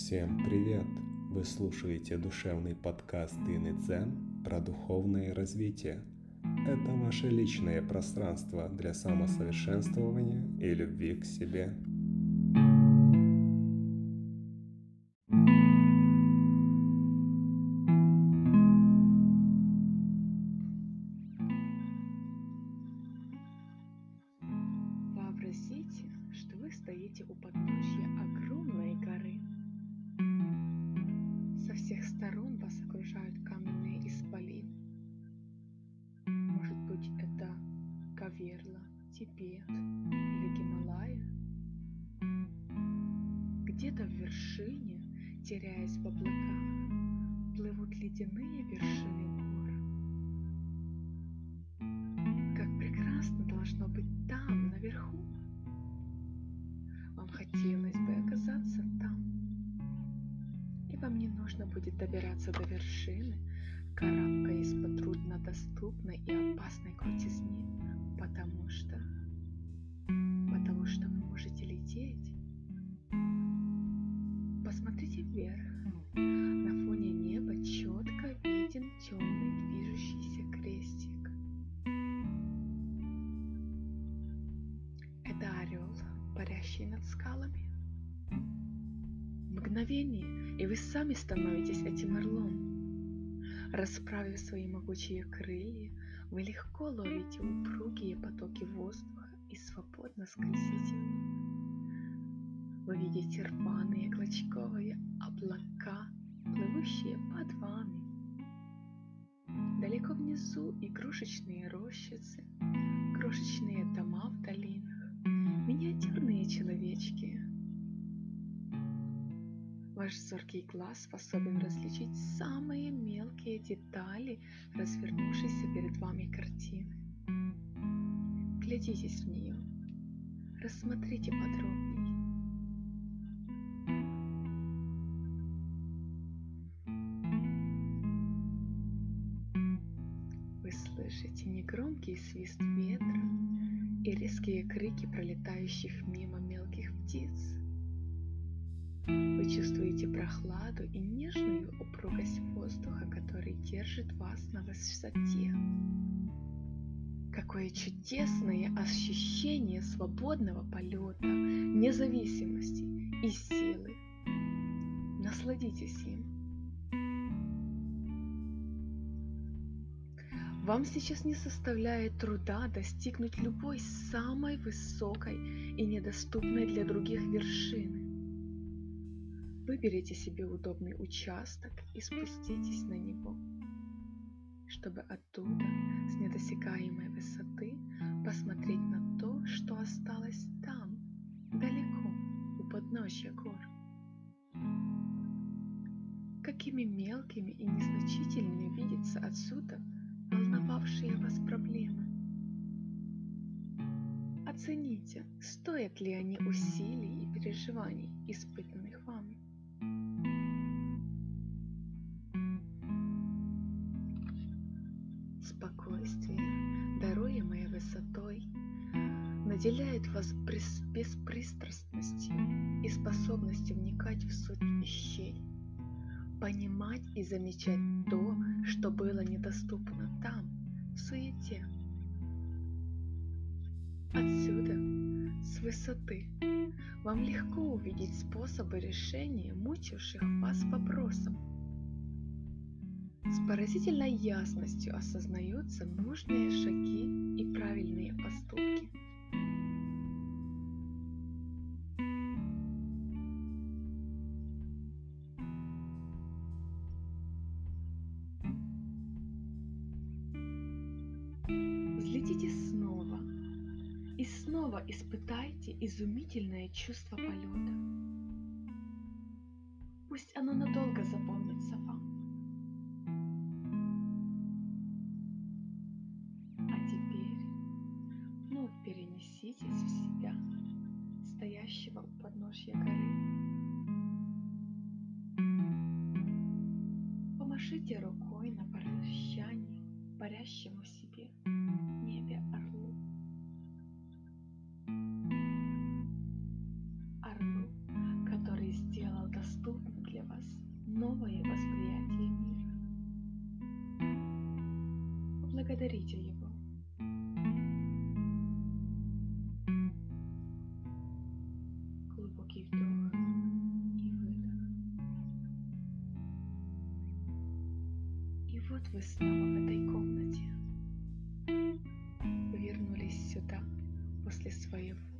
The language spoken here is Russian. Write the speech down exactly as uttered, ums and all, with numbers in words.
Всем привет! Вы слушаете душевный подкаст Инны Дзен про духовное развитие. Это ваше личное пространство для самосовершенствования и любви к себе. Вообразите, что вы стоите у подножья огромной горы. Со всех сторон вас окружают каменные исполины. Может быть, это Каверла, Тибет или Гималая. Где-то в вершине, теряясь в облаках, плывут ледяные вершины гор. Как прекрасно должно быть там, наверху. Вам хотелось бы оказаться там. И вам не нужно будет добираться до вершины, карабкаясь по труднодоступной и опасной крутизне, потому что, потому что вы можете лететь. Посмотрите вверх. На фоне неба четко виден темный движущийся крестик. Это орел, парящий над скалами. Мгновение, и вы сами становитесь этим орлом. Расправив свои могучие крылья, вы легко ловите упругие потоки воздуха и свободно скользите в них. Вы видите рваные клочковые облака, плывущие под вами. Далеко внизу игрушечные рощицы, крошечные дома в долинах, миниатюрные человечки. Ваш зоркий глаз способен различить самые мелкие детали развернувшейся перед вами картины. Глядитесь в нее, рассмотрите подробнее. Вы слышите негромкий свист ветра и резкие крики пролетающих мимо мелких птиц. Вы чувствуете прохладу и нежную упругость воздуха, который держит вас на высоте. Какое чудесное ощущение свободного полета, независимости и силы. Насладитесь им. Вам сейчас не составляет труда достигнуть любой самой высокой и недоступной для других вершины. Выберите себе удобный участок и спуститесь на него, чтобы оттуда, с недосягаемой высоты, посмотреть на то, что осталось там, далеко, у подножья гор. Какими мелкими и незначительными видятся отсюда волновавшие вас проблемы. Оцените, стоят ли они усилий и переживаний, испытанных вами. Спокойствие, даруемое высотой, наделяет вас беспристрастностью и способностью вникать в суть вещей, понимать и замечать то, что было недоступно там, в суете. Отсюда, с высоты, вам легко увидеть способы решения мучивших вас вопросов. С поразительной ясностью осознаются нужные шаги и правильные поступки. Взлетите снова и снова испытайте изумительное чувство полета. Пусть оно надолго запомнится вам. Перенеситесь в себя, стоящего у подножья горы. Помашите рукой на прощание парящему себе в небе орлу. Орлу, который сделал доступным поблагодарите его. Глубокий вдох и выдох. И вот вы снова в этой комнате. Вы вернулись сюда после своего